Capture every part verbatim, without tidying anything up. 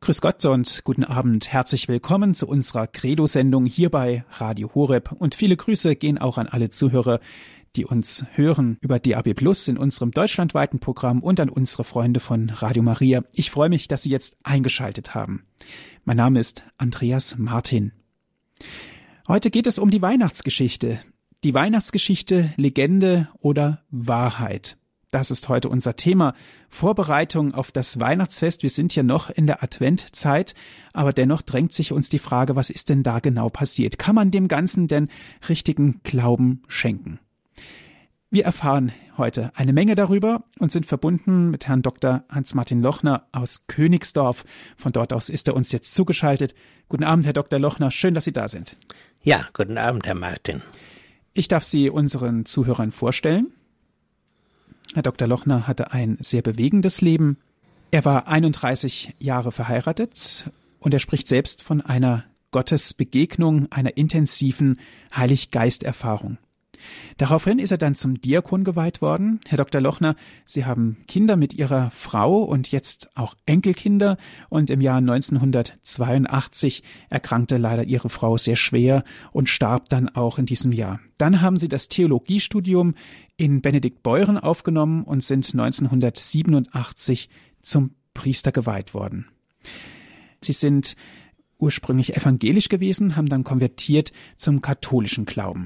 Grüß Gott und guten Abend. Herzlich willkommen zu unserer Credo-Sendung hier bei Radio Horeb. Und viele Grüße gehen auch an alle Zuhörer, die uns hören über D A B Plus in unserem deutschlandweiten Programm und an unsere Freunde von Radio Maria. Ich freue mich, dass Sie jetzt eingeschaltet haben. Mein Name ist Andreas Martin. Heute geht es um die Weihnachtsgeschichte. Die Weihnachtsgeschichte, Legende oder Wahrheit. Das ist heute unser Thema. Vorbereitung auf das Weihnachtsfest. Wir sind ja noch in der Adventzeit, aber dennoch drängt sich uns die Frage, was ist denn da genau passiert? Kann man dem Ganzen denn richtigen Glauben schenken? Wir erfahren heute eine Menge darüber und sind verbunden mit Herrn Doktor Hans-Martin Lochner aus Königsdorf. Von dort aus ist er uns jetzt zugeschaltet. Guten Abend, Herr Doktor Lochner. Schön, dass Sie da sind. Ja, guten Abend, Herr Martin. Ich darf Sie unseren Zuhörern vorstellen. Herr Doktor Lochner hatte ein sehr bewegendes Leben. Er war einunddreißig Jahre verheiratet und er spricht selbst von einer Gottesbegegnung, einer intensiven Heilig-Geist-Erfahrung. Daraufhin ist er dann zum Diakon geweiht worden. Herr Doktor Lochner, Sie haben Kinder mit Ihrer Frau und jetzt auch Enkelkinder. Und im Jahr neunzehnhundertzweiundachtzig erkrankte leider Ihre Frau sehr schwer und starb dann auch in diesem Jahr. Dann haben Sie das Theologiestudium in Benediktbeuern aufgenommen und sind neunzehnhundertsiebenundachtzig zum Priester geweiht worden. Sie sind ursprünglich evangelisch gewesen, haben dann konvertiert zum katholischen Glauben.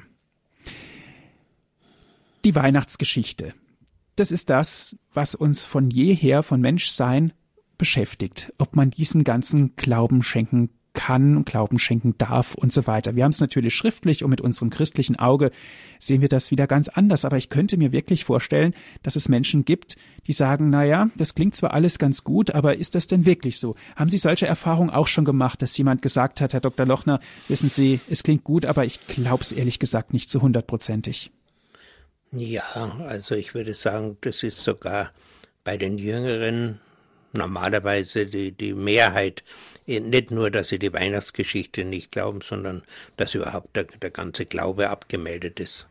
Die Weihnachtsgeschichte. Das ist das, was uns von jeher, von Menschsein beschäftigt. Ob man diesen ganzen Glauben schenken kann, Glauben schenken darf und so weiter. Wir haben es natürlich schriftlich und mit unserem christlichen Auge sehen wir das wieder ganz anders. Aber ich könnte mir wirklich vorstellen, dass es Menschen gibt, die sagen, naja, das klingt zwar alles ganz gut, aber ist das denn wirklich so? Haben Sie solche Erfahrungen auch schon gemacht, dass jemand gesagt hat, Herr Doktor Lochner, wissen Sie, es klingt gut, aber ich glaube es ehrlich gesagt nicht zu hundertprozentig? Ja, also ich würde sagen, das ist sogar bei den Jüngeren normalerweise die, die Mehrheit. Nicht nur, dass sie die Weihnachtsgeschichte nicht glauben, sondern dass überhaupt der, der ganze Glaube abgemeldet ist.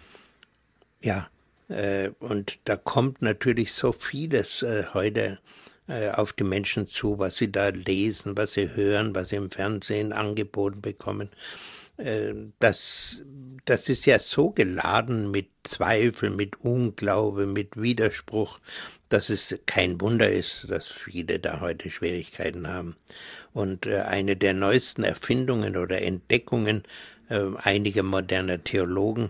Ja, äh, und da kommt natürlich so vieles äh, heute äh, auf die Menschen zu, was sie da lesen, was sie hören, was sie im Fernsehen angeboten bekommen. Das, das ist ja so geladen mit Zweifel, mit Unglaube, mit Widerspruch, dass es kein Wunder ist, dass viele da heute Schwierigkeiten haben. Und eine der neuesten Erfindungen oder Entdeckungen einiger moderner Theologen,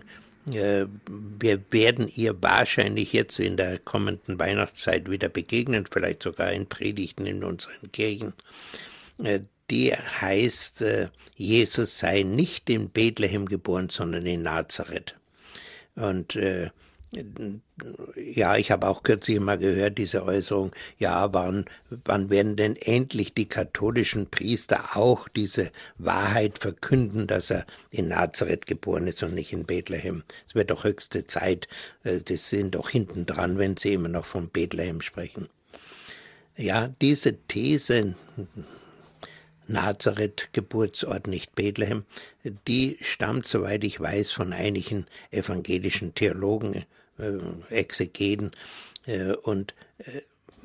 wir werden ihr wahrscheinlich jetzt in der kommenden Weihnachtszeit wieder begegnen, vielleicht sogar in Predigten in unseren Kirchen, die heißt, Jesus sei nicht in Bethlehem geboren, sondern in Nazareth. Und äh, ja, ich habe auch kürzlich mal gehört, diese Äußerung, ja, wann, wann werden denn endlich die katholischen Priester auch diese Wahrheit verkünden, dass er in Nazareth geboren ist und nicht in Bethlehem? Es wird doch höchste Zeit, die sind doch hinten dran, wenn sie immer noch von Bethlehem sprechen. Ja, diese These, Nazareth, Geburtsort, nicht Bethlehem, die stammt, soweit ich weiß, von einigen evangelischen Theologen, äh, Exegeten. Äh, und äh,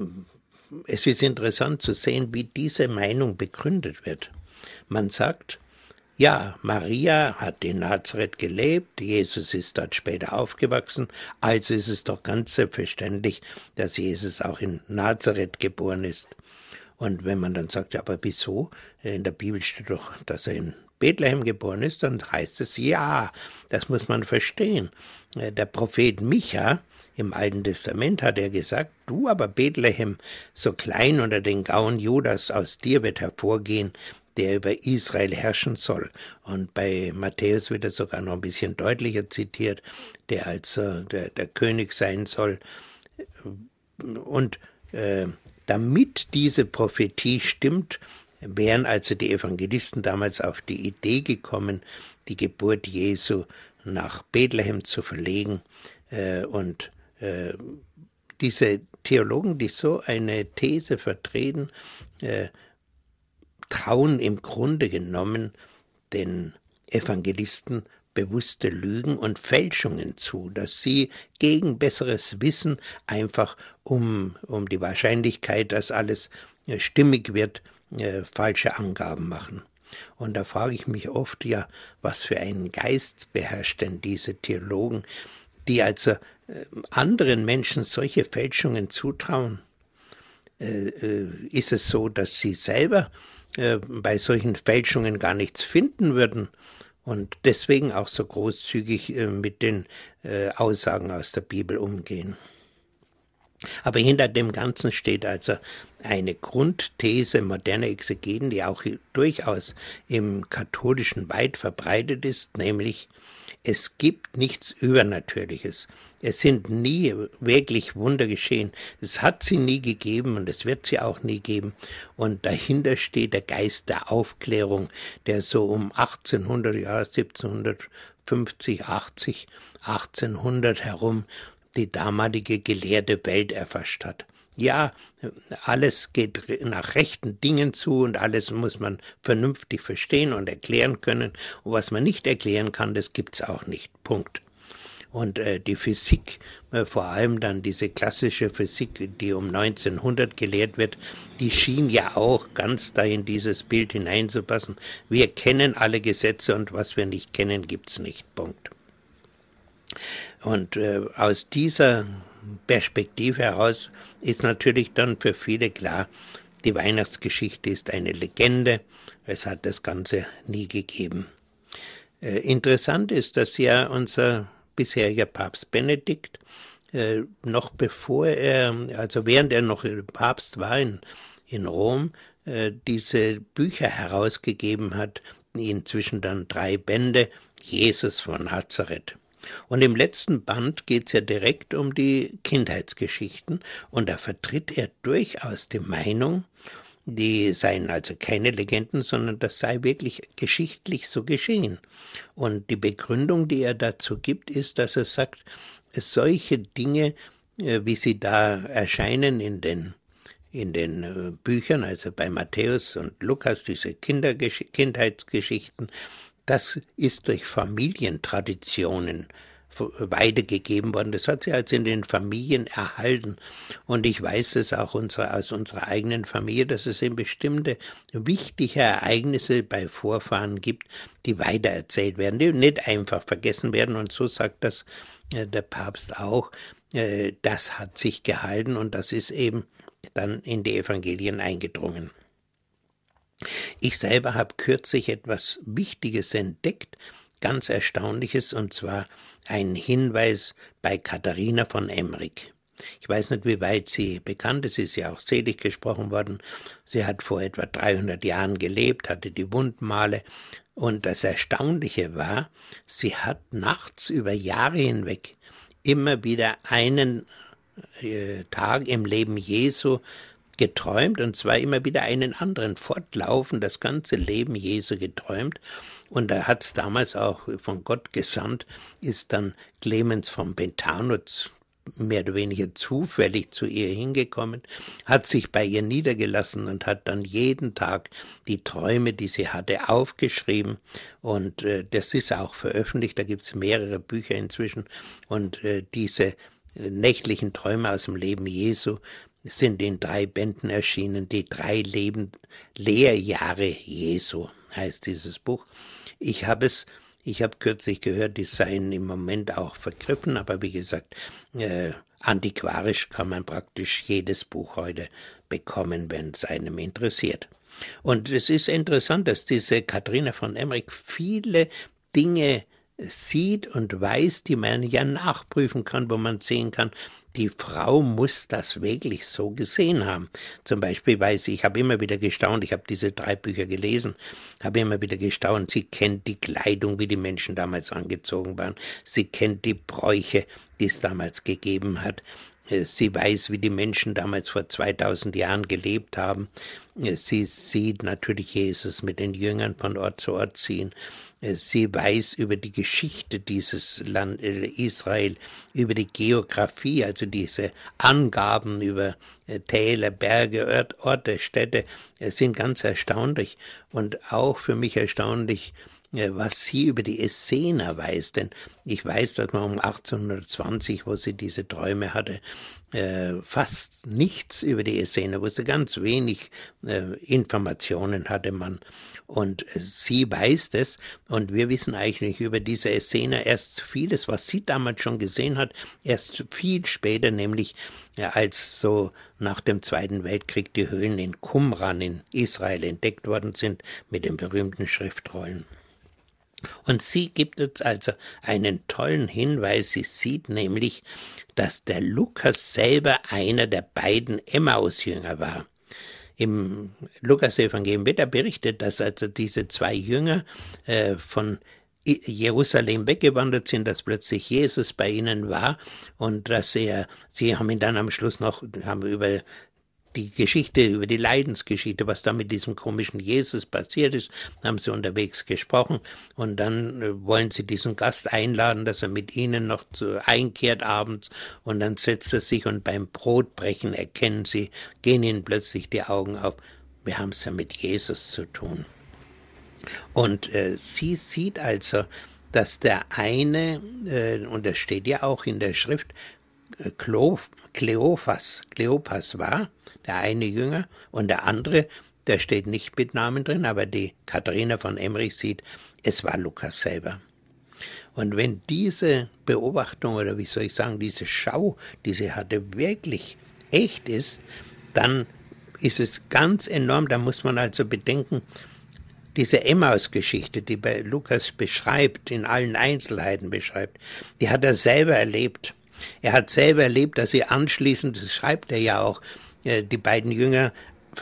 es ist interessant zu sehen, wie diese Meinung begründet wird. Man sagt, ja, Maria hat in Nazareth gelebt, Jesus ist dort später aufgewachsen, also ist es doch ganz selbstverständlich, dass Jesus auch in Nazareth geboren ist. Und wenn man dann sagt, ja, aber wieso? In der Bibel steht doch, dass er in Bethlehem geboren ist, dann heißt es, ja, das muss man verstehen. Der Prophet Micha im Alten Testament hat er gesagt, du aber Bethlehem, so klein unter den Gauen Judas, aus dir wird hervorgehen, der über Israel herrschen soll. Und bei Matthäus wird er sogar noch ein bisschen deutlicher zitiert, der als äh, der, der König sein soll. Und äh, damit diese Prophetie stimmt, wären also die Evangelisten damals auf die Idee gekommen, die Geburt Jesu nach Bethlehem zu verlegen. Und diese Theologen, die so eine These vertreten, trauen im Grunde genommen den Evangelisten bewusste Lügen und Fälschungen zu, dass sie gegen besseres Wissen einfach um, um die Wahrscheinlichkeit, dass alles äh, stimmig wird, äh, falsche Angaben machen. Und da frage ich mich oft, ja, was für einen Geist beherrscht denn diese Theologen, die also äh, anderen Menschen solche Fälschungen zutrauen? Äh, äh, ist es so, dass sie selber äh, bei solchen Fälschungen gar nichts finden würden und deswegen auch so großzügig äh, mit den äh, Aussagen aus der Bibel umgehen? Aber hinter dem Ganzen steht also eine Grundthese moderner Exegeten, die auch durchaus im Katholischen weit verbreitet ist, nämlich: Es gibt nichts Übernatürliches. Es sind nie wirklich Wunder geschehen. Es hat sie nie gegeben und es wird sie auch nie geben. Und dahinter steht der Geist der Aufklärung, der so um achtzehnhundert, ja, siebzehnhundertfünfzig, achtzig, achtzehnhundert herum die damalige gelehrte Welt erfasst hat. Ja, alles geht nach rechten Dingen zu und alles muss man vernünftig verstehen und erklären können. Und was man nicht erklären kann, das gibt's auch nicht. Punkt. Und äh, die Physik, äh, vor allem dann diese klassische Physik, die um neunzehnhundert gelehrt wird, die schien ja auch ganz da in dieses Bild hineinzupassen. Wir kennen alle Gesetze und was wir nicht kennen, gibt's nicht. Punkt. Und äh, aus dieser Perspektive heraus ist natürlich dann für viele klar, die Weihnachtsgeschichte ist eine Legende, es hat das Ganze nie gegeben. Äh, interessant ist, dass ja unser bisheriger Papst Benedikt, äh, noch bevor er, also während er noch Papst war in, in Rom, äh, diese Bücher herausgegeben hat, inzwischen dann drei Bände, Jesus von Nazareth. Und im letzten Band geht es ja direkt um die Kindheitsgeschichten und da vertritt er durchaus die Meinung, die seien also keine Legenden, sondern das sei wirklich geschichtlich so geschehen. Und die Begründung, die er dazu gibt, ist, dass er sagt, solche Dinge, wie sie da erscheinen in den in den Büchern, also bei Matthäus und Lukas, diese Kindergesch- Kindheitsgeschichten, das ist durch Familientraditionen weitergegeben worden. Das hat sich also in den Familien erhalten. Und ich weiß es auch unsere, aus unserer eigenen Familie, dass es eben bestimmte wichtige Ereignisse bei Vorfahren gibt, die weitererzählt werden, die nicht einfach vergessen werden. Und so sagt das äh, der Papst auch. Äh, das hat sich gehalten und das ist eben dann in die Evangelien eingedrungen. Ich selber habe kürzlich etwas Wichtiges entdeckt, ganz Erstaunliches, und zwar einen Hinweis bei Katharina von Emmerich. Ich weiß nicht, wie weit sie bekannt ist, sie ist ja auch selig gesprochen worden. Sie hat vor etwa dreihundert Jahren gelebt, hatte die Wundmale, und das Erstaunliche war, sie hat nachts über Jahre hinweg immer wieder einen äh, Tag im Leben Jesu geträumt, und zwar immer wieder einen anderen, fortlaufend das ganze Leben Jesu geträumt. Und da hat es damals auch von Gott gesandt, ist dann Clemens von Pentano mehr oder weniger zufällig zu ihr hingekommen, hat sich bei ihr niedergelassen und hat dann jeden Tag die Träume, die sie hatte, aufgeschrieben. Und äh, das ist auch veröffentlicht, da gibt es mehrere Bücher inzwischen. Und äh, diese nächtlichen Träume aus dem Leben Jesu sind in drei Bänden erschienen. Die drei Leben Lehrjahre Jesu heißt dieses Buch. Ich habe es, ich habe kürzlich gehört, die seien im Moment auch vergriffen, aber wie gesagt, äh, antiquarisch kann man praktisch jedes Buch heute bekommen, wenn es einem interessiert. Und es ist interessant, dass diese Katharina von Emmerich viele Dinge sieht und weiß, die man ja nachprüfen kann, wo man sehen kann, die Frau muss das wirklich so gesehen haben. Zum Beispiel weiß ich, ich habe immer wieder gestaunt, ich habe diese drei Bücher gelesen, habe immer wieder gestaunt, sie kennt die Kleidung, wie die Menschen damals angezogen waren, sie kennt die Bräuche, die es damals gegeben hat. Sie weiß, wie die Menschen damals vor zweitausend Jahren gelebt haben. Sie sieht natürlich Jesus mit den Jüngern von Ort zu Ort ziehen. Sie weiß über die Geschichte dieses Land Israel, über die Geografie, also diese Angaben über Täler, Berge, Orte, Städte, sind ganz erstaunlich. Und auch für mich erstaunlich, was sie über die Essener weiß. Denn ich weiß, dass man um achtzehnhundertzwanzig, wo sie diese Träume hatte, fast nichts über die Essener wusste, ganz wenig Informationen hatte man. Und sie weiß das, und wir wissen eigentlich über diese Essener erst vieles, was sie damals schon gesehen hat, erst viel später, nämlich als so nach dem Zweiten Weltkrieg die Höhlen in Qumran in Israel entdeckt worden sind mit den berühmten Schriftrollen. Und sie gibt uns also einen tollen Hinweis. Sie sieht nämlich, dass der Lukas selber einer der beiden Emmaus-Jünger war. Im Lukas-Evangelium wird er berichtet, dass also diese zwei Jünger äh, von Jerusalem weggewandert sind, dass plötzlich Jesus bei ihnen war und dass er, sie haben ihn dann am Schluss noch, haben über die Geschichte, über die Leidensgeschichte, was da mit diesem komischen Jesus passiert ist, haben sie unterwegs gesprochen und dann wollen sie diesen Gast einladen, dass er mit ihnen noch zu, einkehrt abends und dann setzt er sich und beim Brotbrechen erkennen sie, gehen ihnen plötzlich die Augen auf, wir haben es ja mit Jesus zu tun. Und äh, sie sieht also, dass der eine, äh, und das steht ja auch in der Schrift, Kleophas, Kleopas war, der eine Jünger, und der andere, der steht nicht mit Namen drin, aber die Katharina von Emmerich sieht, es war Lukas selber. Und wenn diese Beobachtung, oder wie soll ich sagen, diese Schau, die sie hatte, wirklich echt ist, dann ist es ganz enorm, da muss man also bedenken, diese Emmaus-Geschichte, die bei Lukas beschreibt, in allen Einzelheiten beschreibt, die hat er selber erlebt. Er hat selber erlebt, dass sie anschließend, das schreibt er ja auch, die beiden Jünger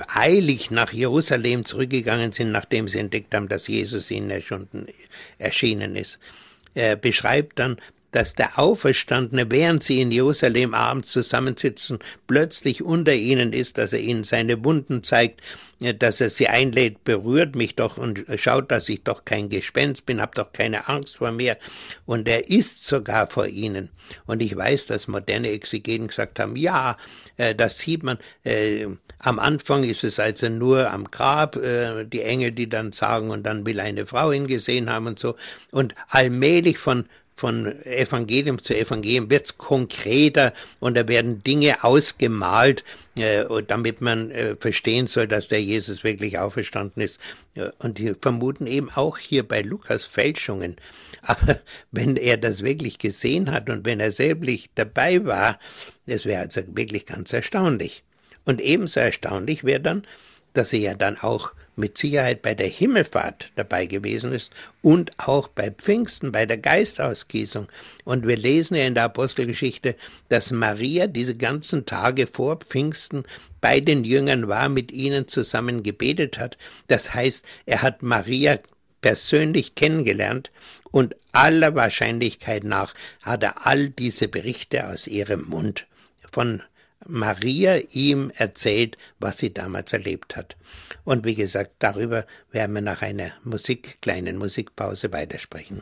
eilig nach Jerusalem zurückgegangen sind, nachdem sie entdeckt haben, dass Jesus ihnen schon erschienen ist. Er beschreibt dann, dass der Auferstandene, während sie in Jerusalem abends zusammensitzen, plötzlich unter ihnen ist, dass er ihnen seine Wunden zeigt, dass er sie einlädt, berührt mich doch und schaut, dass ich doch kein Gespenst bin, hab doch keine Angst vor mir. Und er ist sogar vor ihnen. Und ich weiß, dass moderne Exegeten gesagt haben, ja, das sieht man, äh, am Anfang ist es also nur am Grab, äh, die Engel, die dann sagen, und dann will eine Frau ihn gesehen haben und so. Und allmählich von Von Evangelium zu Evangelium wird's konkreter und da werden Dinge ausgemalt, äh, damit man äh, verstehen soll, dass der Jesus wirklich auferstanden ist. Und die vermuten eben auch hier bei Lukas Fälschungen. Aber wenn er das wirklich gesehen hat und wenn er selbst dabei war, das wäre also wirklich ganz erstaunlich. Und ebenso erstaunlich wäre dann, dass er ja dann auch mit Sicherheit bei der Himmelfahrt dabei gewesen ist und auch bei Pfingsten, bei der Geistausgießung. Und wir lesen ja in der Apostelgeschichte, dass Maria diese ganzen Tage vor Pfingsten bei den Jüngern war, mit ihnen zusammen gebetet hat. Das heißt, er hat Maria persönlich kennengelernt und aller Wahrscheinlichkeit nach hat er all diese Berichte aus ihrem Mund von Maria ihm erzählt, was sie damals erlebt hat. Und wie gesagt, darüber werden wir nach einer Musik, kleinen Musikpause weitersprechen.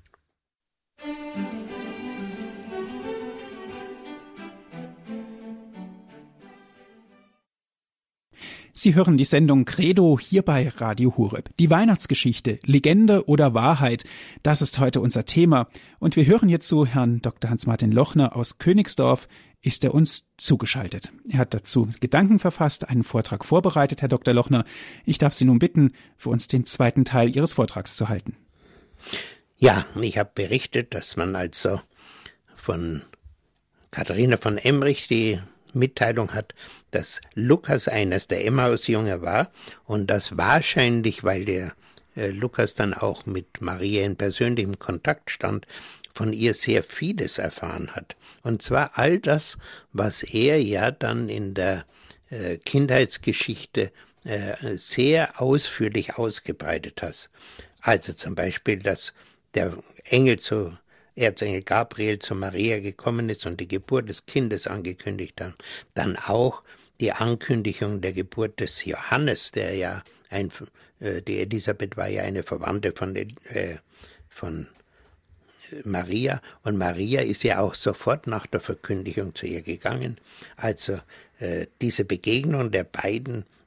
Sie hören die Sendung Credo hier bei Radio Horeb. Die Weihnachtsgeschichte, Legende oder Wahrheit, das ist heute unser Thema. Und wir hören jetzt zu Herrn Doktor Hans-Martin Lochner aus Königsdorf, ist er uns zugeschaltet. Er hat dazu Gedanken verfasst, einen Vortrag vorbereitet, Herr Doktor Lochner. Ich darf Sie nun bitten, für uns den zweiten Teil Ihres Vortrags zu halten. Ja, ich habe berichtet, dass man also von Katharina von Emmerich die Mitteilung hat, dass Lukas eines der Emmaus-Jünger war und das wahrscheinlich, weil der äh, Lukas dann auch mit Maria in persönlichem Kontakt stand, von ihr sehr vieles erfahren hat. Und zwar all das, was er ja dann in der äh, Kindheitsgeschichte äh, sehr ausführlich ausgebreitet hat. Also zum Beispiel, dass der Engel zu Erzengel Gabriel zu Maria gekommen ist und die Geburt des Kindes angekündigt hat. Dann auch die Ankündigung der Geburt des Johannes, der ja ein, äh, die Elisabeth war ja eine Verwandte von, äh, von Maria und Maria ist ja auch sofort nach der Verkündigung zu ihr gegangen. Also äh, diese Begegnung der beiden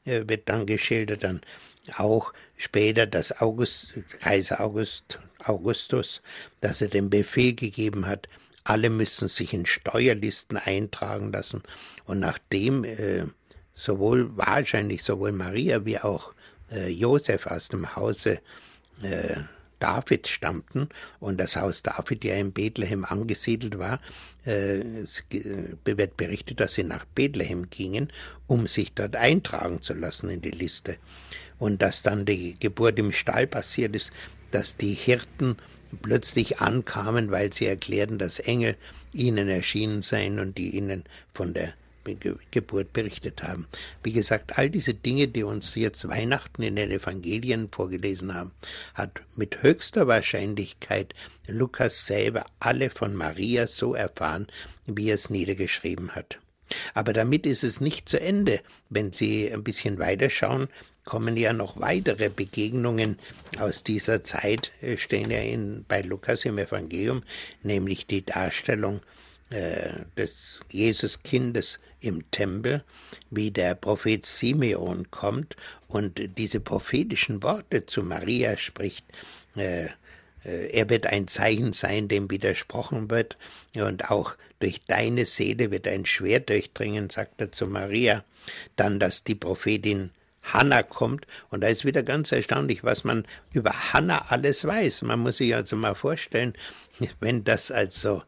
äh, wird dann geschildert, dann auch später, dass August, Kaiser August, Augustus, dass er den Befehl gegeben hat, alle müssen sich in Steuerlisten eintragen lassen. Und nachdem äh, sowohl wahrscheinlich sowohl Maria wie auch äh, Josef aus dem Hause äh, Davids stammten und das Haus David ja in Bethlehem angesiedelt war, äh, es wird berichtet, dass sie nach Bethlehem gingen, um sich dort eintragen zu lassen in die Liste. Und dass dann die Geburt im Stall passiert ist, dass die Hirten plötzlich ankamen, weil sie erklärten, dass Engel ihnen erschienen seien und die ihnen von der Geburt berichtet haben. Wie gesagt, all diese Dinge, die uns jetzt Weihnachten in den Evangelien vorgelesen haben, hat mit höchster Wahrscheinlichkeit Lukas selber alle von Maria so erfahren, wie er es niedergeschrieben hat. Aber damit ist es nicht zu Ende. Wenn Sie ein bisschen weiterschauen, kommen ja noch weitere Begegnungen aus dieser Zeit, stehen ja in, bei Lukas im Evangelium, nämlich die Darstellung äh, des Jesuskindes im Tempel, wie der Prophet Simeon kommt und diese prophetischen Worte zu Maria spricht. Äh, Er wird ein Zeichen sein, dem widersprochen wird, und auch durch deine Seele wird ein Schwert durchdringen, sagt er zu Maria. Dann, dass die Prophetin Hannah kommt, und da ist wieder ganz erstaunlich, was man über Hannah alles weiß. Man muss sich also mal vorstellen, wenn das also,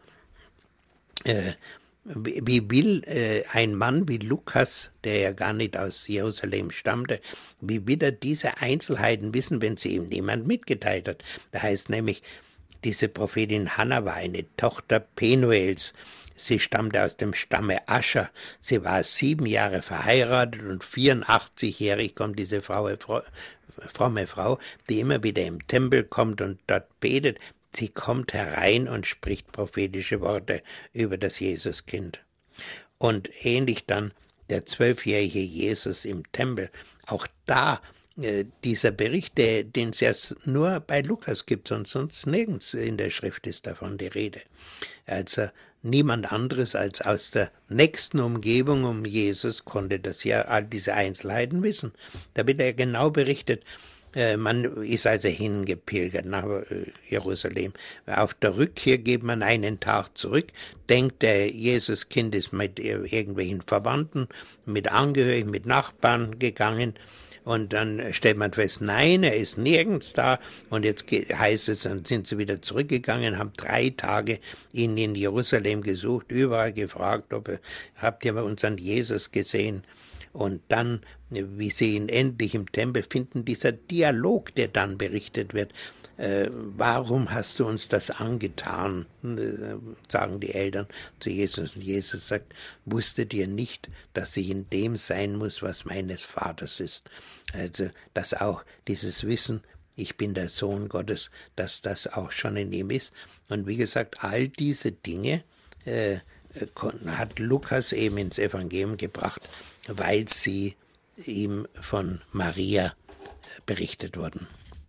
äh, wie will äh, ein Mann wie Lukas, der ja gar nicht aus Jerusalem stammte, wie will er diese Einzelheiten wissen, wenn sie ihm niemand mitgeteilt hat? Da heißt nämlich, diese Prophetin Hannah war eine Tochter Penuels. Sie stammte aus dem Stamme Ascher. Sie war sieben Jahre verheiratet und vierundachtzigjährig kommt diese Frau, fromme Frau, die immer wieder im Tempel kommt und dort betet. Sie kommt herein und spricht prophetische Worte über das Jesuskind. Und ähnlich dann der zwölfjährige Jesus im Tempel. Auch da äh, dieser Bericht, der, den es ja nur bei Lukas gibt und sonst nirgends in der Schrift ist davon die Rede. Also niemand anderes als aus der nächsten Umgebung um Jesus konnte das ja all diese Einzelheiten wissen. Da wird er genau berichtet. Man ist also hingepilgert nach Jerusalem. Auf der Rückkehr geht man einen Tag zurück, denkt, der Jesuskind ist mit irgendwelchen Verwandten, mit Angehörigen, mit Nachbarn gegangen. Und dann stellt man fest, nein, er ist nirgends da. Und jetzt heißt es, dann sind sie wieder zurückgegangen, haben drei Tage ihn in Jerusalem gesucht, überall gefragt, ob habt ihr unseren Jesus gesehen? Und dann, wie sie ihn endlich im Tempel finden, dieser Dialog, der dann berichtet wird. Äh, warum hast du uns das angetan, äh, sagen die Eltern zu Jesus. Und Jesus sagt, wusstet ihr nicht, dass ich in dem sein muss, was meines Vaters ist? Also, dass auch dieses Wissen, ich bin der Sohn Gottes, dass das auch schon in ihm ist. Und wie gesagt, all diese Dinge äh, hat Lukas eben ins Evangelium gebracht, weil sie ihm von Maria berichtet wurden.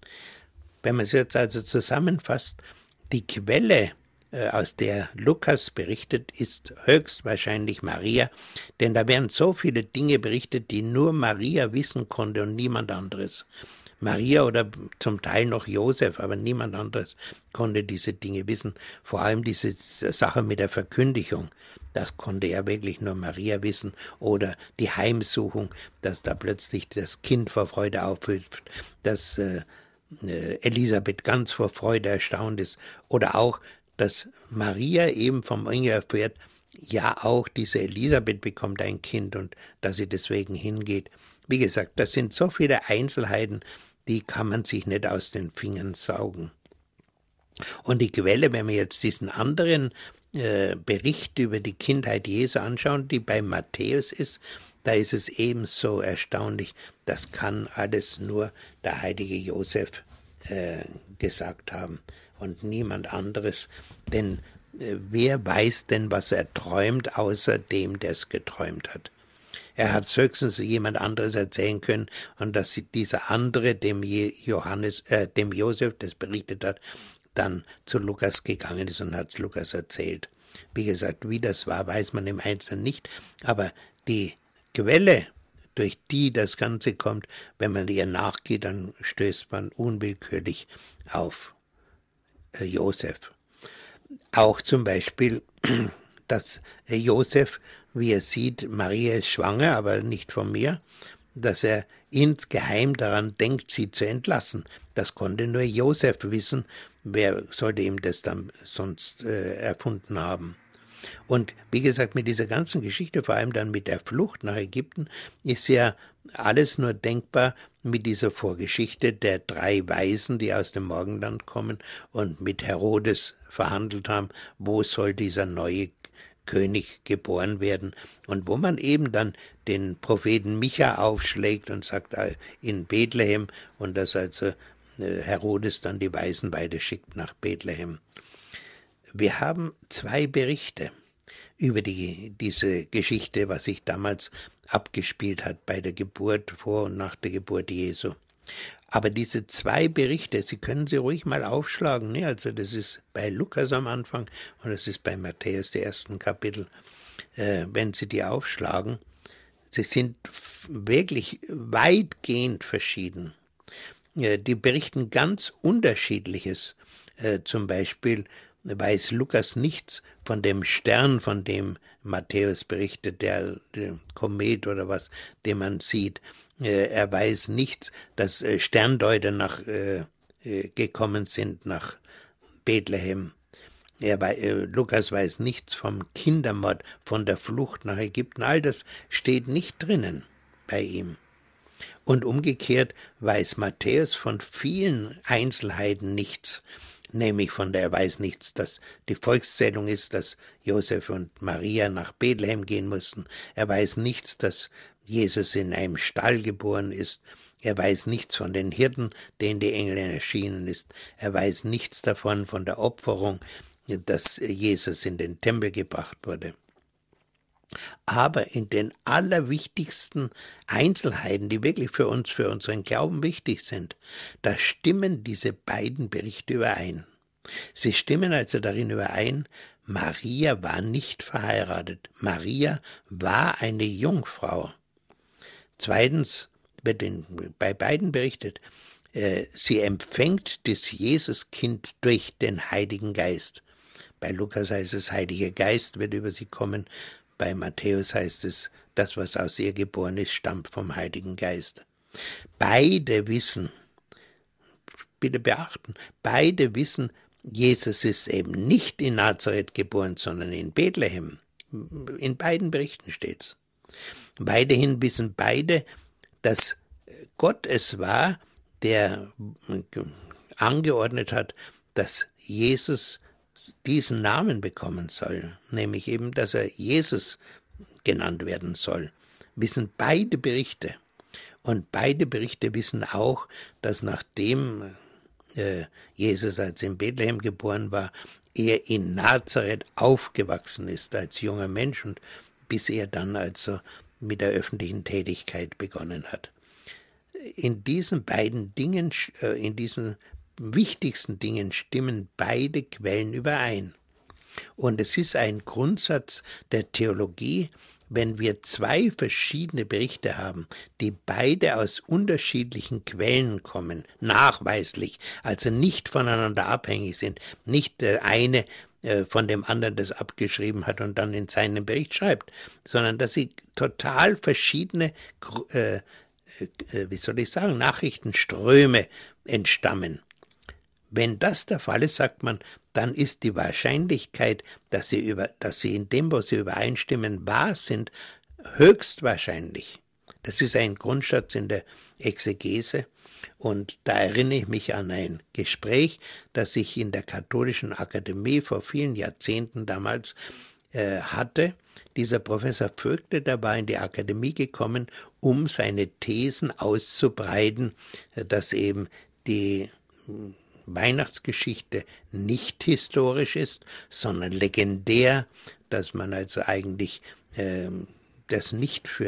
Wenn man es jetzt also zusammenfasst, die Quelle, äh, aus der Lukas berichtet, ist höchstwahrscheinlich Maria, denn da werden so viele Dinge berichtet, die nur Maria wissen konnte und niemand anderes. Maria oder zum Teil noch Josef, aber niemand anderes konnte diese Dinge wissen. Vor allem diese Sache mit der Verkündigung, das konnte ja wirklich nur Maria wissen. Oder die Heimsuchung, dass da plötzlich das Kind vor Freude aufhüpft, dass äh, Elisabeth ganz vor Freude erstaunt ist. Oder auch, dass Maria eben vom Engel erfährt, ja auch diese Elisabeth bekommt ein Kind und dass sie deswegen hingeht. Wie gesagt, das sind so viele Einzelheiten, die kann man sich nicht aus den Fingern saugen. Und die Quelle, wenn wir jetzt diesen anderen äh, Bericht über die Kindheit Jesu anschauen, die bei Matthäus ist, da ist es ebenso erstaunlich, das kann alles nur der heilige Josef äh, gesagt haben und niemand anderes, denn äh, wer weiß denn, was er träumt, außer dem, der es geträumt hat? Er hat höchstens jemand anderes erzählen können und dass dieser andere, dem Johannes, äh, dem Josef das berichtet hat, dann zu Lukas gegangen ist und hat es Lukas erzählt. Wie gesagt, wie das war, weiß man im Einzelnen nicht, aber die Quelle, durch die das Ganze kommt. Wenn man ihr nachgeht, dann stößt man unwillkürlich auf äh, Josef. Auch zum Beispiel, dass äh, Josef, wie er sieht, Maria ist schwanger, aber nicht von mir, dass er insgeheim daran denkt, sie zu entlassen. Das konnte nur Josef wissen. Wer sollte ihm das dann sonst äh, erfunden haben? Und wie gesagt, mit dieser ganzen Geschichte, vor allem dann mit der Flucht nach Ägypten, ist ja alles nur denkbar mit dieser Vorgeschichte der drei Weisen, die aus dem Morgenland kommen und mit Herodes verhandelt haben, wo soll dieser neue König geboren werden, und wo man eben dann den Propheten Micha aufschlägt und sagt, in Bethlehem, und dass also Herodes dann die Weisen beide schickt nach Bethlehem. Wir haben zwei Berichte über die, diese Geschichte, was sich damals abgespielt hat bei der Geburt, vor und nach der Geburt Jesu. Aber diese zwei Berichte, Sie können sie ruhig mal aufschlagen, ne? Also das ist bei Lukas am Anfang und das ist bei Matthäus, der ersten Kapitel, äh, wenn Sie die aufschlagen, sie sind wirklich weitgehend verschieden. Äh, die berichten ganz Unterschiedliches. Äh, zum Beispiel weiß Lukas nichts von dem Stern, von dem Matthäus berichtet, der, der Komet oder was, den man sieht. Äh, er weiß nichts, dass äh, Sterndeuter nach, äh, äh, gekommen sind nach Bethlehem. Er, äh, Lukas weiß nichts vom Kindermord, von der Flucht nach Ägypten. All das steht nicht drinnen bei ihm. Und umgekehrt weiß Matthäus von vielen Einzelheiten nichts. Nämlich von der, er weiß nichts, dass die Volkszählung ist, dass Josef und Maria nach Bethlehem gehen mussten. Er weiß nichts, dass Jesus in einem Stall geboren ist. Er weiß nichts von den Hirten, denen die Engel erschienen ist. Er weiß nichts davon, von der Opferung, dass Jesus in den Tempel gebracht wurde. Aber in den allerwichtigsten Einzelheiten, die wirklich für uns, für unseren Glauben wichtig sind, da stimmen diese beiden Berichte überein. Sie stimmen also darin überein, Maria war nicht verheiratet. Maria war eine Jungfrau. Zweitens wird in, bei beiden berichtet, äh, sie empfängt das Jesuskind durch den Heiligen Geist. Bei Lukas heißt es, Heiliger Geist wird über sie kommen. Bei Matthäus heißt es, das, was aus ihr geboren ist, stammt vom Heiligen Geist. Beide wissen, bitte beachten, beide wissen, Jesus ist eben nicht in Nazareth geboren, sondern in Bethlehem. In beiden Berichten steht's. Weiterhin wissen beide, dass Gott es war, der angeordnet hat, dass Jesus diesen Namen bekommen soll, nämlich eben, dass er Jesus genannt werden soll, wissen beide Berichte. Und beide Berichte wissen auch, dass nachdem äh, Jesus als in Bethlehem geboren war, er in Nazareth aufgewachsen ist als junger Mensch und bis er dann also mit der öffentlichen Tätigkeit begonnen hat. In diesen beiden Dingen, äh, in diesen wichtigsten Dingen stimmen beide Quellen überein. Und es ist ein Grundsatz der Theologie, wenn wir zwei verschiedene Berichte haben, die beide aus unterschiedlichen Quellen kommen, nachweislich, also nicht voneinander abhängig sind, nicht der eine äh, von dem anderen das abgeschrieben hat und dann in seinen Bericht schreibt, sondern dass sie total verschiedene, äh, äh, wie soll ich sagen, Nachrichtenströme entstammen. Wenn das der Fall ist, sagt man, dann ist die Wahrscheinlichkeit, dass sie, über, dass sie in dem, wo sie übereinstimmen, wahr sind, höchstwahrscheinlich. Das ist ein Grundsatz in der Exegese. Und da erinnere ich mich an ein Gespräch, das ich in der Katholischen Akademie vor vielen Jahrzehnten damals äh, hatte. Dieser Professor Vögtle, der war in die Akademie gekommen, um seine Thesen auszubreiten, dass eben die Weihnachtsgeschichte nicht historisch ist, sondern legendär, dass man also eigentlich äh, das nicht für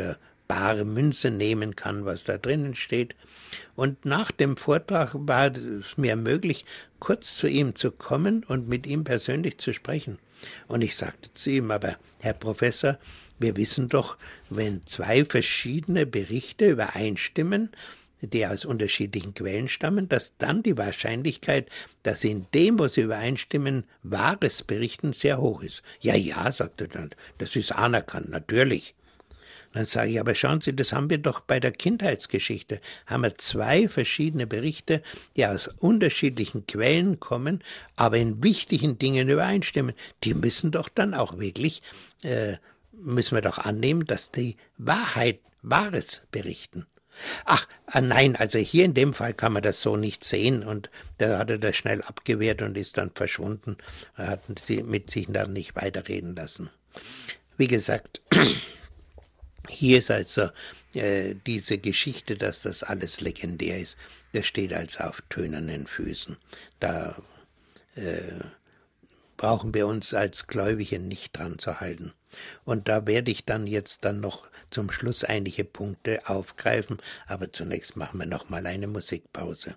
bare Münze nehmen kann, was da drinnen steht. Und nach dem Vortrag war es mir möglich, kurz zu ihm zu kommen und mit ihm persönlich zu sprechen. Und ich sagte zu ihm, aber Herr Professor, wir wissen doch, wenn zwei verschiedene Berichte übereinstimmen, die aus unterschiedlichen Quellen stammen, dass dann die Wahrscheinlichkeit, dass sie in dem, wo sie übereinstimmen, Wahres berichten, sehr hoch ist. Ja, ja, sagte er dann, das ist anerkannt, natürlich. Dann sage ich, aber schauen Sie, das haben wir doch bei der Kindheitsgeschichte. Haben wir zwei verschiedene Berichte, die aus unterschiedlichen Quellen kommen, aber in wichtigen Dingen übereinstimmen. Die müssen doch dann auch wirklich, äh, müssen wir doch annehmen, dass die Wahrheit, Wahres berichten. Ach, nein, also hier in dem Fall kann man das so nicht sehen, und da hat er das schnell abgewehrt und ist dann verschwunden. Er hat sie mit sich dann nicht weiterreden lassen. Wie gesagt, hier ist also äh, diese Geschichte, dass das alles legendär ist, das steht also auf tönernen Füßen. Da äh, brauchen wir uns als Gläubige nicht dran zu halten. Und da werde ich dann jetzt dann noch zum Schluss einige Punkte aufgreifen, aber zunächst machen wir noch mal eine Musikpause.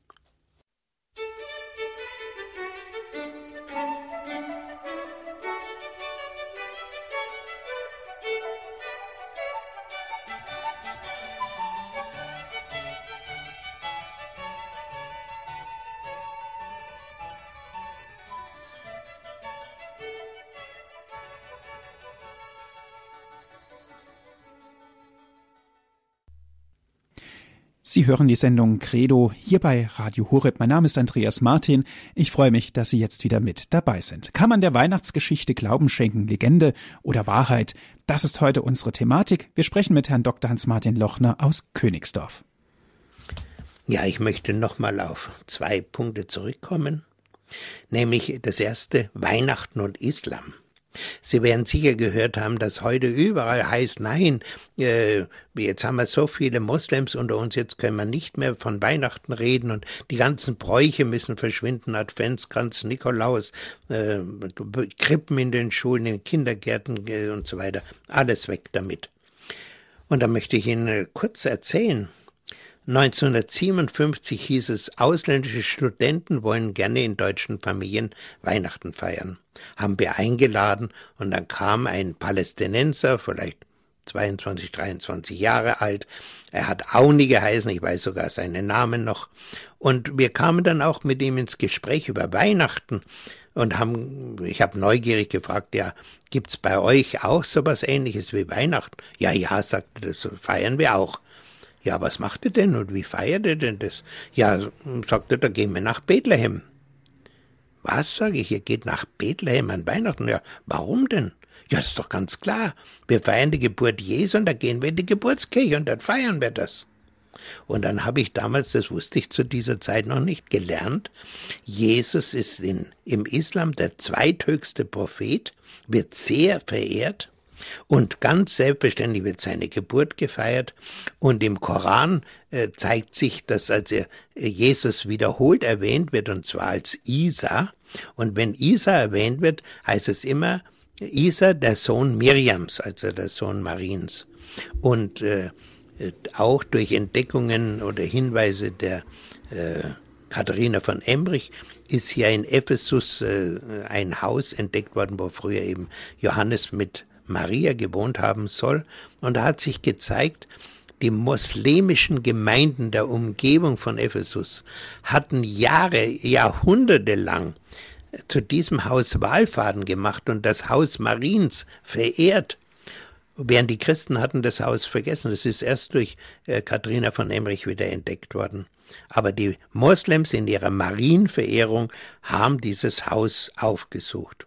Sie hören die Sendung Credo hier bei Radio Horeb. Mein Name ist Andreas Martin. Ich freue mich, dass Sie jetzt wieder mit dabei sind. Kann man der Weihnachtsgeschichte Glauben schenken, Legende oder Wahrheit? Das ist heute unsere Thematik. Wir sprechen mit Herrn Doktor Hans-Martin Lochner aus Königsdorf. Ja, ich möchte nochmal auf zwei Punkte zurückkommen. Nämlich das erste, Weihnachten und Islam. Sie werden sicher gehört haben, dass heute überall heißt, nein, äh, jetzt haben wir so viele Moslems unter uns, jetzt können wir nicht mehr von Weihnachten reden und die ganzen Bräuche müssen verschwinden, Adventskranz, Nikolaus, äh, Krippen in den Schulen, in den Kindergärten äh, und so weiter, alles weg damit. Und da möchte ich Ihnen kurz erzählen. neunzehnhundertsiebenundfünfzig hieß es, ausländische Studenten wollen gerne in deutschen Familien Weihnachten feiern. Haben wir eingeladen und dann kam ein Palästinenser, vielleicht zweiundzwanzig, dreiundzwanzig Jahre alt. Er hat Auni geheißen, ich weiß sogar seinen Namen noch. Und wir kamen dann auch mit ihm ins Gespräch über Weihnachten und haben, ich habe neugierig gefragt, ja, gibt's bei euch auch sowas Ähnliches wie Weihnachten? Ja, ja, sagte er, das feiern wir auch. Ja, was macht ihr denn und wie feiert ihr denn das? Ja, sagte er, da gehen wir nach Bethlehem. Was, sage ich, ihr geht nach Bethlehem an Weihnachten? Ja, warum denn? Ja, das ist doch ganz klar. Wir feiern die Geburt Jesu und da gehen wir in die Geburtskirche und dann feiern wir das. Und dann habe ich damals, das wusste ich zu dieser Zeit noch nicht, gelernt, Jesus ist in, im Islam der zweithöchste Prophet, wird sehr verehrt. Und ganz selbstverständlich wird seine Geburt gefeiert. Und im Koran äh, zeigt sich, dass also äh, Jesus wiederholt erwähnt wird, und zwar als Isa. Und wenn Isa erwähnt wird, heißt es immer Isa, der Sohn Miriams, also der Sohn Mariens. Und äh, auch durch Entdeckungen oder Hinweise der äh, Katharina von Emmerich ist hier in Ephesus äh, ein Haus entdeckt worden, wo früher eben Johannes mit Maria gewohnt haben soll. Und da hat sich gezeigt, die moslemischen Gemeinden der Umgebung von Ephesus hatten Jahre, Jahrhunderte lang zu diesem Haus Wallfahrten gemacht und das Haus Mariens verehrt. Während die Christen hatten das Haus vergessen. Das ist erst durch äh, Katharina von Emmerich wieder entdeckt worden. Aber die Moslems in ihrer Marienverehrung haben dieses Haus aufgesucht.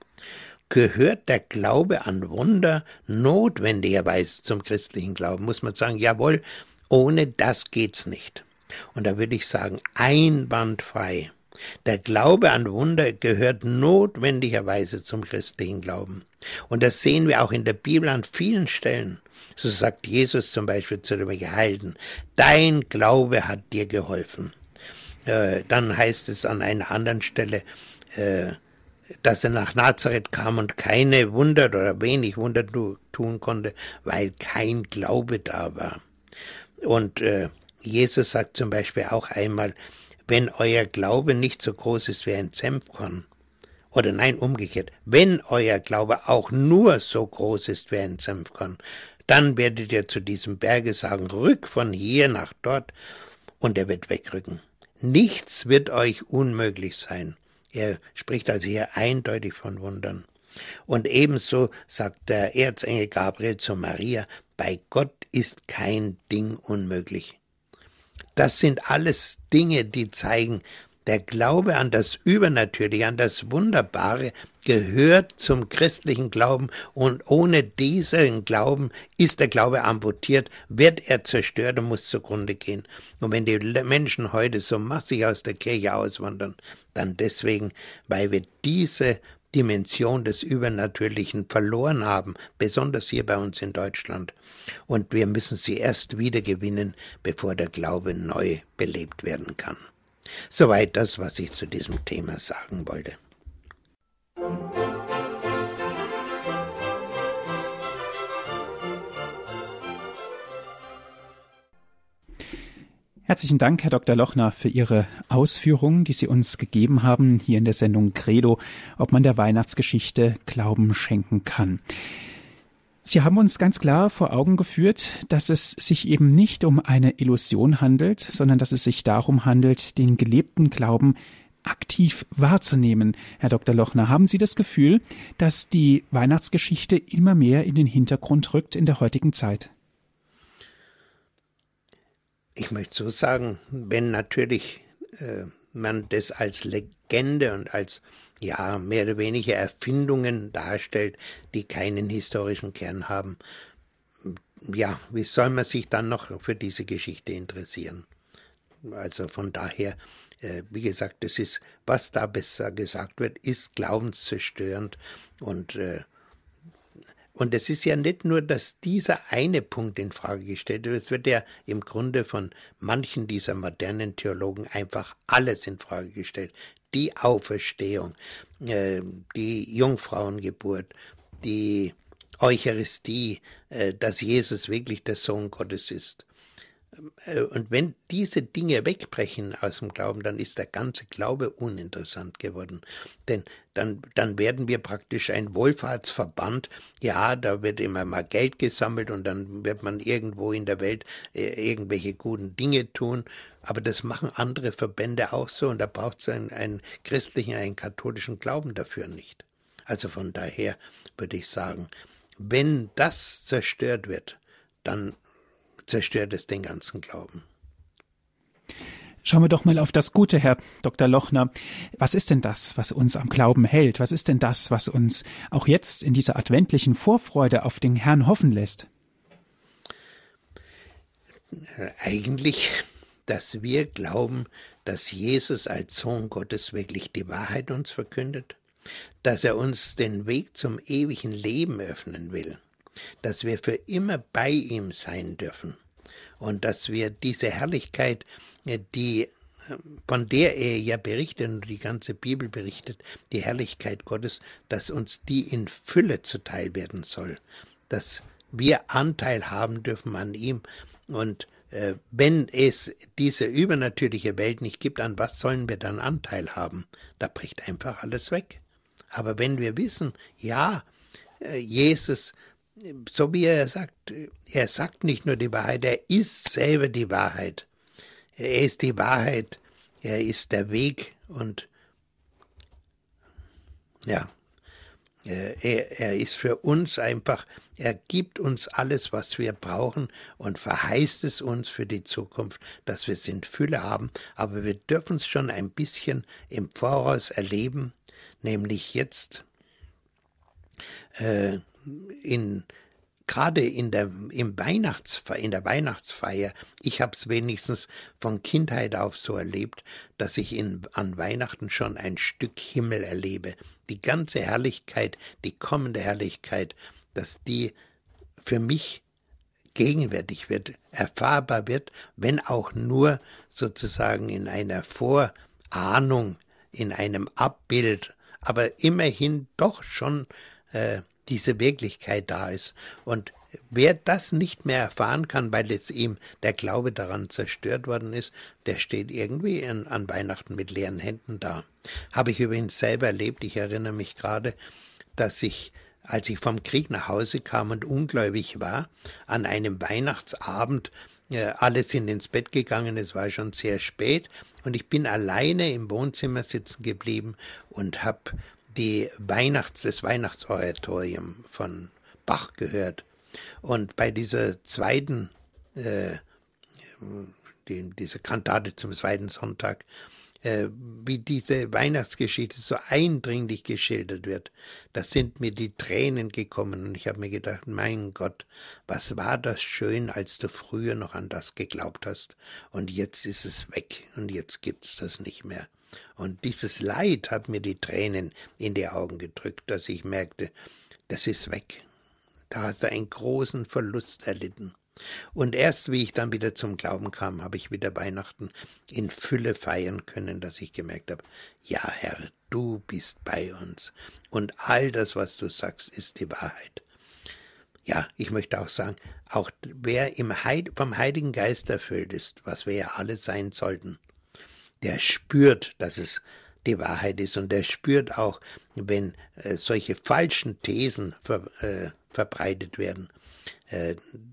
Gehört der Glaube an Wunder notwendigerweise zum christlichen Glauben? Muss man sagen, jawohl, ohne das geht's nicht. Und da würde ich sagen, einwandfrei. Der Glaube an Wunder gehört notwendigerweise zum christlichen Glauben. Und das sehen wir auch in der Bibel an vielen Stellen. So sagt Jesus zum Beispiel zu dem Geheilten, dein Glaube hat dir geholfen. Äh, dann heißt es an einer anderen Stelle, äh, dass er nach Nazareth kam und keine Wunder oder wenig Wunder tun konnte, weil kein Glaube da war. Und äh, Jesus sagt zum Beispiel auch einmal, wenn euer Glaube nicht so groß ist wie ein Senfkorn, oder nein, umgekehrt, wenn euer Glaube auch nur so groß ist wie ein Senfkorn, dann werdet ihr zu diesem Berge sagen, rück von hier nach dort, und er wird wegrücken. Nichts wird euch unmöglich sein. Er spricht also hier eindeutig von Wundern. Und ebenso sagt der Erzengel Gabriel zu Maria, bei Gott ist kein Ding unmöglich. Das sind alles Dinge, die zeigen, der Glaube an das Übernatürliche, an das Wunderbare gehört zum christlichen Glauben, und ohne diesen Glauben ist der Glaube amputiert, wird er zerstört und muss zugrunde gehen. Und wenn die Menschen heute so massig aus der Kirche auswandern, dann deswegen, weil wir diese Dimension des Übernatürlichen verloren haben, besonders hier bei uns in Deutschland. Und wir müssen sie erst wieder gewinnen, bevor der Glaube neu belebt werden kann. Soweit das, was ich zu diesem Thema sagen wollte. Herzlichen Dank, Herr Doktor Lochner, für Ihre Ausführungen, die Sie uns gegeben haben, hier in der Sendung Credo, ob man der Weihnachtsgeschichte Glauben schenken kann. Sie haben uns ganz klar vor Augen geführt, dass es sich eben nicht um eine Illusion handelt, sondern dass es sich darum handelt, den gelebten Glauben aktiv wahrzunehmen. Herr Doktor Lochner, haben Sie das Gefühl, dass die Weihnachtsgeschichte immer mehr in den Hintergrund rückt in der heutigen Zeit? Ich möchte so sagen, wenn natürlich äh, man das als Legende und als ja mehr oder weniger Erfindungen darstellt, die keinen historischen Kern haben, ja, wie soll man sich dann noch für diese Geschichte interessieren? Also von daher, äh, wie gesagt, das ist, was da besser gesagt wird, ist glaubenszerstörend, und äh, Und es ist ja nicht nur, dass dieser eine Punkt in Frage gestellt wird, es wird ja im Grunde von manchen dieser modernen Theologen einfach alles in Frage gestellt. Die Auferstehung, äh, die Jungfrauengeburt, die Eucharistie, äh, dass Jesus wirklich der Sohn Gottes ist. Und wenn diese Dinge wegbrechen aus dem Glauben, dann ist der ganze Glaube uninteressant geworden. Denn dann, dann werden wir praktisch ein Wohlfahrtsverband. Ja, da wird immer mal Geld gesammelt und dann wird man irgendwo in der Welt äh, irgendwelche guten Dinge tun. Aber das machen andere Verbände auch so, und da braucht es einen, einen christlichen, einen katholischen Glauben dafür nicht. Also von daher würde ich sagen, wenn das zerstört wird, dann zerstört es den ganzen Glauben. Schauen wir doch mal auf das Gute, Herr Doktor Lochner. Was ist denn das, was uns am Glauben hält? Was ist denn das, was uns auch jetzt in dieser adventlichen Vorfreude auf den Herrn hoffen lässt? Eigentlich, dass wir glauben, dass Jesus als Sohn Gottes wirklich die Wahrheit uns verkündet, dass er uns den Weg zum ewigen Leben öffnen will, dass wir für immer bei ihm sein dürfen und dass wir diese Herrlichkeit, die, von der er ja berichtet und die ganze Bibel berichtet, die Herrlichkeit Gottes, dass uns die in Fülle zuteil werden soll, dass wir Anteil haben dürfen an ihm. Und äh, wenn es diese übernatürliche Welt nicht gibt, an was sollen wir dann Anteil haben? Da bricht einfach alles weg. Aber wenn wir wissen, ja, äh, Jesus, so wie er sagt, er sagt nicht nur die Wahrheit, er ist selber die Wahrheit. Er ist die Wahrheit, er ist der Weg, und ja, er, er ist für uns einfach, er gibt uns alles, was wir brauchen, und verheißt es uns für die Zukunft, dass wir es in Fülle haben. Aber wir dürfen es schon ein bisschen im Voraus erleben, nämlich jetzt äh, in Gerade in der, im Weihnachtsfeier, in der Weihnachtsfeier, ich habe es wenigstens von Kindheit auf so erlebt, dass ich in, an Weihnachten schon ein Stück Himmel erlebe. Die ganze Herrlichkeit, die kommende Herrlichkeit, dass die für mich gegenwärtig wird, erfahrbar wird, wenn auch nur sozusagen in einer Vorahnung, in einem Abbild aber immerhin doch schon äh, diese Wirklichkeit da ist. Und wer das nicht mehr erfahren kann, weil jetzt ihm der Glaube daran zerstört worden ist, der steht irgendwie in, an Weihnachten mit leeren Händen da. Habe ich übrigens selber erlebt. Ich erinnere mich gerade, dass ich, als ich vom Krieg nach Hause kam und ungläubig war, an einem Weihnachtsabend, äh, alle sind ins Bett gegangen, es war schon sehr spät, und ich bin alleine im Wohnzimmer sitzen geblieben und habe die Weihnachts, das Weihnachtsoratorium von Bach gehört. Und bei dieser zweiten, äh, die, diese Kantate zum zweiten Sonntag, äh, wie diese Weihnachtsgeschichte so eindringlich geschildert wird, da sind mir die Tränen gekommen und ich habe mir gedacht, mein Gott, was war das schön, als du früher noch an das geglaubt hast, und jetzt ist es weg und jetzt gibt's das nicht mehr. Und dieses Leid hat mir die Tränen in die Augen gedrückt, dass ich merkte, das ist weg. Da hast du einen großen Verlust erlitten. Und erst wie ich dann wieder zum Glauben kam, habe ich wieder Weihnachten in Fülle feiern können, dass ich gemerkt habe, ja Herr, du bist bei uns. Und all das, was du sagst, ist die Wahrheit. Ja, ich möchte auch sagen, auch wer im Heid- vom Heiligen Geist erfüllt ist, was wir ja alle sein sollten, der spürt, dass es die Wahrheit ist, und der spürt auch, wenn äh, solche falschen Thesen ver, äh, verbreitet werden. Äh,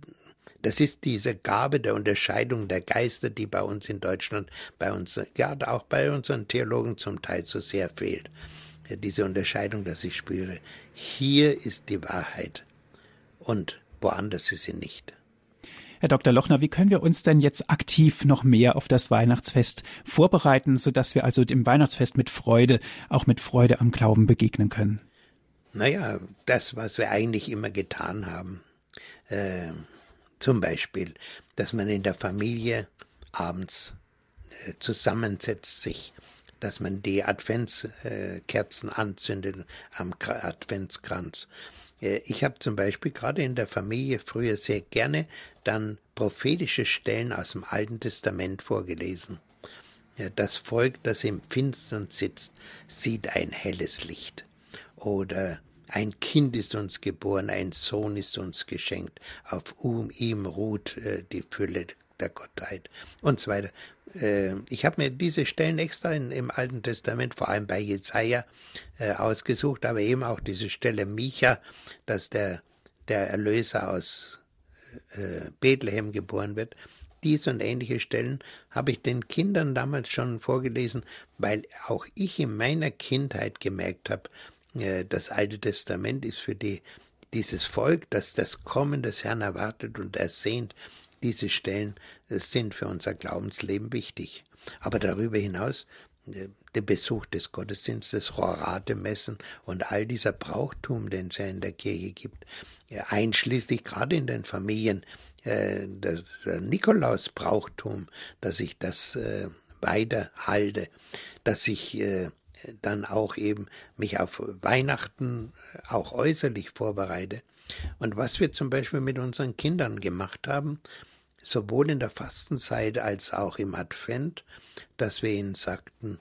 das ist diese Gabe der Unterscheidung der Geister, die bei uns in Deutschland, bei uns, ja, auch bei unseren Theologen zum Teil so sehr fehlt. Äh, diese Unterscheidung, dass ich spüre, hier ist die Wahrheit und woanders ist sie nicht. Herr Doktor Lochner, wie können wir uns denn jetzt aktiv noch mehr auf das Weihnachtsfest vorbereiten, sodass wir also dem Weihnachtsfest mit Freude, auch mit Freude am Glauben begegnen können? Naja, das, was wir eigentlich immer getan haben. Äh, zum Beispiel, dass man in der Familie abends äh, zusammensetzt sich, dass man die Adventskerzen äh, anzündet am Adventskranz. Ich habe zum Beispiel gerade in der Familie früher sehr gerne dann prophetische Stellen aus dem Alten Testament vorgelesen. Das Volk, das im Finstern sitzt, sieht ein helles Licht. Oder ein Kind ist uns geboren, ein Sohn ist uns geschenkt, auf ihm ruht die Fülle der Gottheit und so weiter. Ich habe mir diese Stellen extra in, im Alten Testament, vor allem bei Jesaja, äh, ausgesucht, aber eben auch diese Stelle Micha, dass der, der Erlöser aus äh, Bethlehem geboren wird. Diese und ähnliche Stellen habe ich den Kindern damals schon vorgelesen, weil auch ich in meiner Kindheit gemerkt habe, äh, das Alte Testament ist für die, dieses Volk, das das Kommen des Herrn erwartet und ersehnt. Diese Stellen sind für unser Glaubensleben wichtig. Aber darüber hinaus der Besuch des Gottesdienstes, Rorate-Messen und all dieser Brauchtum, den es ja in der Kirche gibt, einschließlich gerade in den Familien, das Nikolaus-Brauchtum, dass ich das weiterhalte, dass ich dann auch eben mich auf Weihnachten auch äußerlich vorbereite. Und was wir zum Beispiel mit unseren Kindern gemacht haben, sowohl in der Fastenzeit als auch im Advent, dass wir ihnen sagten,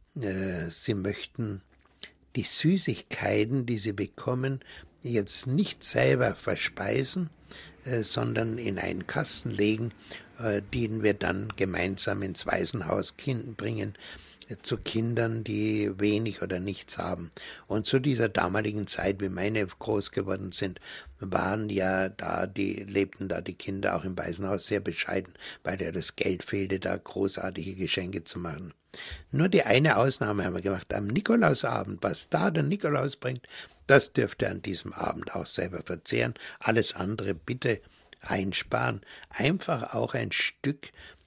äh, sie möchten die Süßigkeiten, die sie bekommen, jetzt nicht selber verspeisen, äh, sondern in einen Kasten legen, äh, den wir dann gemeinsam ins Waisenhaus kind bringen, äh, zu Kindern, die wenig oder nichts haben. Und zu dieser damaligen Zeit, wie meine groß geworden sind, waren ja da, die lebten da die Kinder auch im Waisenhaus sehr bescheiden, weil ja das Geld fehlte, da großartige Geschenke zu machen. Nur die eine Ausnahme haben wir gemacht, am Nikolausabend, was da der Nikolaus bringt, das dürft ihr an diesem Abend auch selber verzehren. Alles andere bitte einsparen. Einfach auch ein Stück,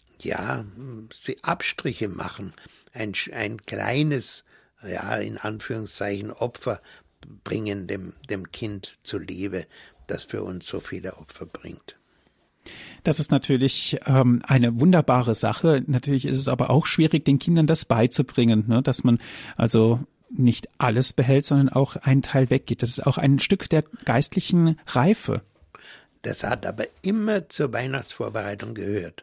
ja, Abstriche machen. Ein, ein kleines, ja, in Anführungszeichen Opfer bringen dem, dem Kind zuliebe, das für uns so viele Opfer bringt. Das ist natürlich ähm, eine wunderbare Sache. Natürlich ist es aber auch schwierig, den Kindern das beizubringen, ne? Dass man also nicht alles behält, sondern auch einen Teil weggeht. Das ist auch ein Stück der geistlichen Reife. Das hat aber immer zur Weihnachtsvorbereitung gehört.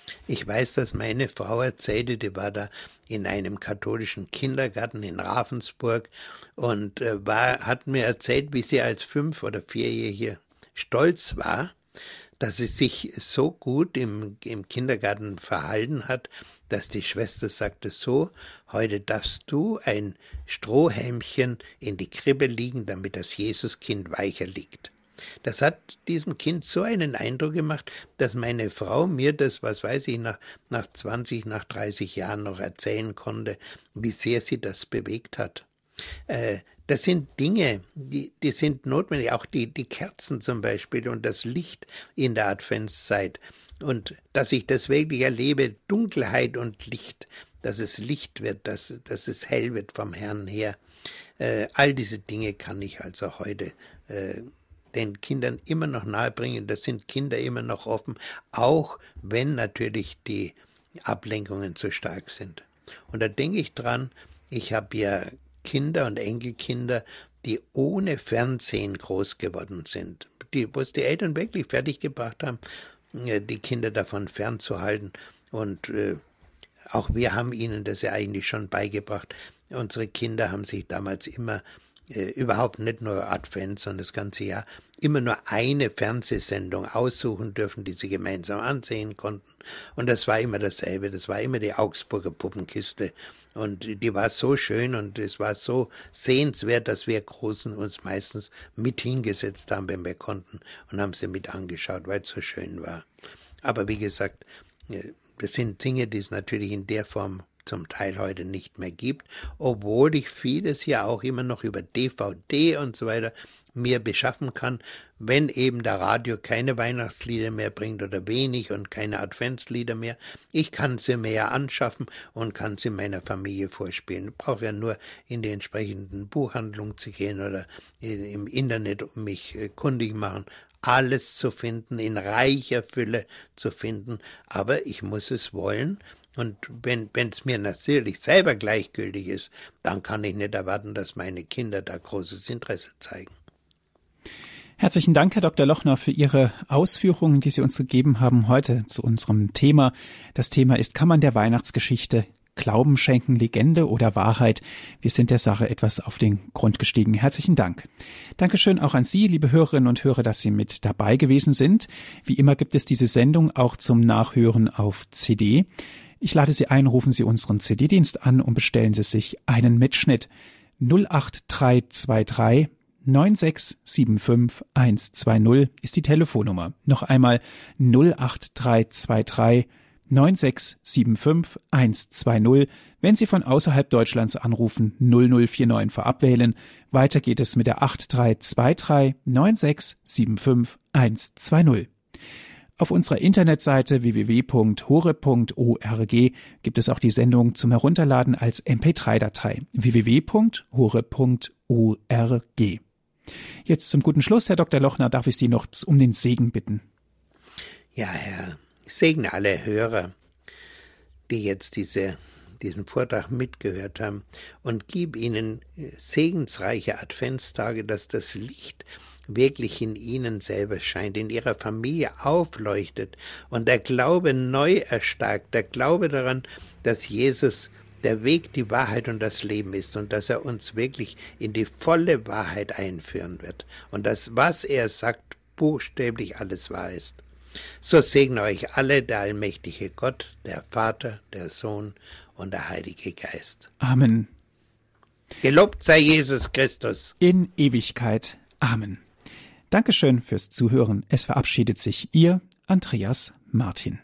Ich weiß, dass meine Frau erzählte, die war da in einem katholischen Kindergarten in Ravensburg und äh, war, hat mir erzählt, wie sie als Fünf- oder Vierjährige stolz war, dass sie sich so gut im, im Kindergarten verhalten hat, dass die Schwester sagte, so, heute darfst du ein Strohhelmchen in die Krippe liegen, damit das Jesuskind weicher liegt. Das hat diesem Kind so einen Eindruck gemacht, dass meine Frau mir das, was weiß ich, nach, nach zwanzig, nach dreißig Jahren noch erzählen konnte, wie sehr sie das bewegt hat. Äh, das sind Dinge, die, die sind notwendig, auch die, die Kerzen zum Beispiel und das Licht in der Adventszeit. Und dass ich das wirklich erlebe, Dunkelheit und Licht, dass es Licht wird, dass, dass es hell wird vom Herrn her. Äh, all diese Dinge kann ich also heute äh, den Kindern immer noch nahebringen. Das sind Kinder immer noch offen, auch wenn natürlich die Ablenkungen zu stark sind. Und da denke ich dran, ich habe ja Kinder und Enkelkinder, die ohne Fernsehen groß geworden sind, die, wo es die Eltern wirklich fertiggebracht haben, die Kinder davon fernzuhalten. Und äh, auch wir haben ihnen das ja eigentlich schon beigebracht. Unsere Kinder haben sich damals immer äh, überhaupt nicht nur Advent, sondern das ganze Jahr immer nur eine Fernsehsendung aussuchen dürfen, die sie gemeinsam ansehen konnten. Und das war immer dasselbe, das war immer die Augsburger Puppenkiste. Und die war so schön und es war so sehenswert, dass wir Großen uns meistens mit hingesetzt haben, wenn wir konnten, und haben sie mit angeschaut, weil es so schön war. Aber wie gesagt, das sind Dinge, die es natürlich in der Form zum Teil heute nicht mehr gibt, obwohl ich vieles ja auch immer noch über D V D und so weiter mir beschaffen kann, wenn eben der Radio keine Weihnachtslieder mehr bringt oder wenig und keine Adventslieder mehr. Ich kann sie mir ja anschaffen und kann sie meiner Familie vorspielen. Ich brauche ja nur in die entsprechenden Buchhandlungen zu gehen oder im Internet um mich kundig machen. Alles zu finden, in reicher Fülle zu finden, aber ich muss es wollen. Und wenn es mir natürlich selber gleichgültig ist, dann kann ich nicht erwarten, dass meine Kinder da großes Interesse zeigen. Herzlichen Dank, Herr Doktor Lochner, für Ihre Ausführungen, die Sie uns gegeben haben heute zu unserem Thema. Das Thema ist, kann man der Weihnachtsgeschichte Glauben schenken, Legende oder Wahrheit? Wir sind der Sache etwas auf den Grund gestiegen. Herzlichen Dank. Dankeschön auch an Sie, liebe Hörerinnen und Hörer, dass Sie mit dabei gewesen sind. Wie immer gibt es diese Sendung auch zum Nachhören auf C D. Ich lade Sie ein, rufen Sie unseren C D-Dienst an und bestellen Sie sich einen Mitschnitt. null acht drei zwei drei neun sechs sieben fünf eins zwei null ist die Telefonnummer. Noch einmal null acht drei zwei drei neun sechs sieben fünf eins zwei null. Wenn Sie von außerhalb Deutschlands anrufen, null null vier neun vorab wählen. Weiter geht es mit der acht drei zwei drei neun sechs sieben fünf eins zwei null. Auf unserer Internetseite w w w punkt horeb punkt org gibt es auch die Sendung zum Herunterladen als M P drei Datei. w w w punkt horeb punkt org. Jetzt zum guten Schluss, Herr Doktor Lochner, darf ich Sie noch um den Segen bitten. Ja, Herr, ich segne alle Hörer, die jetzt diese, diesen Vortrag mitgehört haben, und gib ihnen segensreiche Adventstage, dass das Licht wirklich in ihnen selber scheint, in ihrer Familie aufleuchtet und der Glaube neu erstarkt, der Glaube daran, dass Jesus der Weg, die Wahrheit und das Leben ist und dass er uns wirklich in die volle Wahrheit einführen wird und dass, was er sagt, buchstäblich alles wahr ist. So segne euch alle der allmächtige Gott, der Vater, der Sohn und der Heilige Geist. Amen. Gelobt sei Jesus Christus. In Ewigkeit. Amen. Dankeschön fürs Zuhören. Es verabschiedet sich Ihr Andreas Martin.